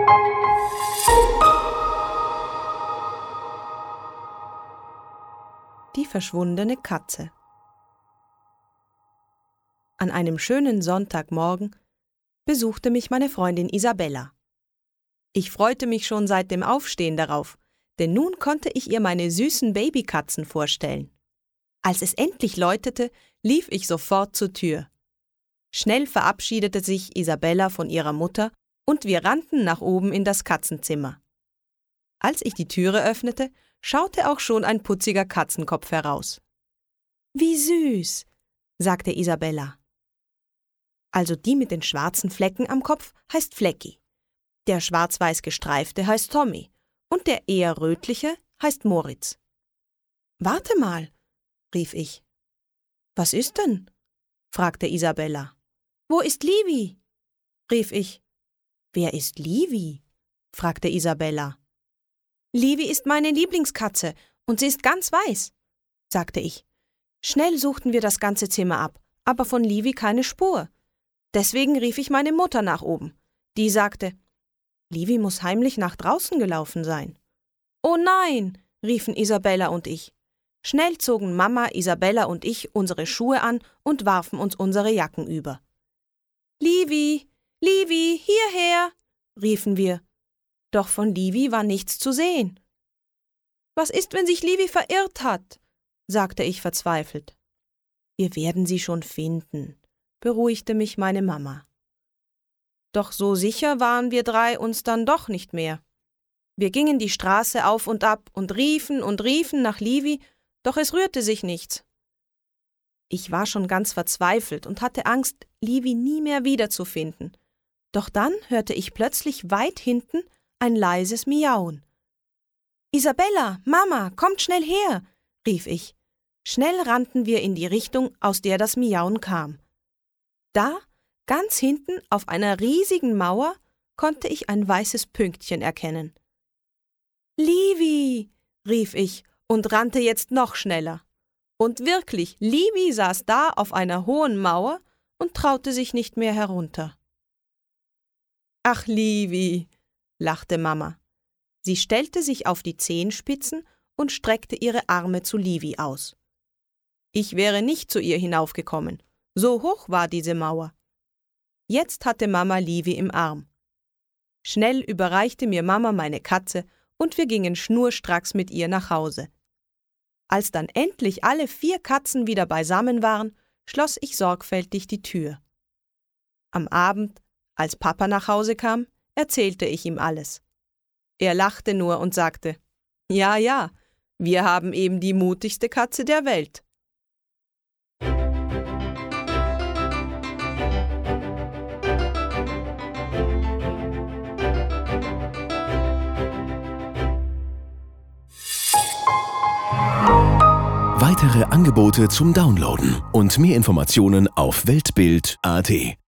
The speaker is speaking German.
Die verschwundene Katze. An einem schönen Sonntagmorgen besuchte mich meine Freundin Isabella. Ich freute mich schon seit dem Aufstehen darauf, denn nun konnte ich ihr meine süßen Babykatzen vorstellen. Als es endlich läutete, lief ich sofort zur Tür. Schnell verabschiedete sich Isabella von ihrer Mutter und wir rannten nach oben in das Katzenzimmer. Als ich die Türe öffnete, schaute auch schon ein putziger Katzenkopf heraus. »Wie süß«, sagte Isabella. Also die mit den schwarzen Flecken am Kopf heißt Flecki, der schwarz-weiß gestreifte heißt Tommy und der eher rötliche heißt Moritz. »Warte mal«, rief ich. »Was ist denn?«, fragte Isabella. »Wo ist Livi?«, rief ich. »Wer ist Livi?«, fragte Isabella. »Livi ist meine Lieblingskatze und sie ist ganz weiß«, sagte ich. Schnell suchten wir das ganze Zimmer ab, aber von Livi keine Spur. Deswegen rief ich meine Mutter nach oben. Die sagte, Livi muss heimlich nach draußen gelaufen sein. »Oh nein«, riefen Isabella und ich. Schnell zogen Mama, Isabella und ich unsere Schuhe an und warfen uns unsere Jacken über. »Livi, Livi, hierher«, riefen wir. Doch von Livi war nichts zu sehen. »Was ist, wenn sich Livi verirrt hat?«, sagte ich verzweifelt. »Wir werden sie schon finden«, beruhigte mich meine Mama. Doch so sicher waren wir drei uns dann doch nicht mehr. Wir gingen die Straße auf und ab und riefen nach Livi, doch es rührte sich nichts. Ich war schon ganz verzweifelt und hatte Angst, Livi nie mehr wiederzufinden. Doch dann hörte ich plötzlich weit hinten ein leises Miauen. »Isabella, Mama, kommt schnell her«, rief ich. Schnell rannten wir in die Richtung, aus der das Miauen kam. Da, ganz hinten auf einer riesigen Mauer, konnte ich ein weißes Pünktchen erkennen. »Livi«, rief ich und rannte jetzt noch schneller. Und wirklich, Livi saß da auf einer hohen Mauer und traute sich nicht mehr herunter. »Ach, Livi«, lachte Mama. Sie stellte sich auf die Zehenspitzen und streckte ihre Arme zu Livi aus. Ich wäre nicht zu ihr hinaufgekommen, so hoch war diese Mauer. Jetzt hatte Mama Livi im Arm. Schnell überreichte mir Mama meine Katze und wir gingen schnurstracks mit ihr nach Hause. Als dann endlich alle 4 Katzen wieder beisammen waren, schloss ich sorgfältig die Tür. Am Abend, als Papa nach Hause kam, erzählte ich ihm alles. Er lachte nur und sagte, ja, wir haben eben die mutigste Katze der Welt. Weitere Angebote zum Downloaden und mehr Informationen auf weltbild.at.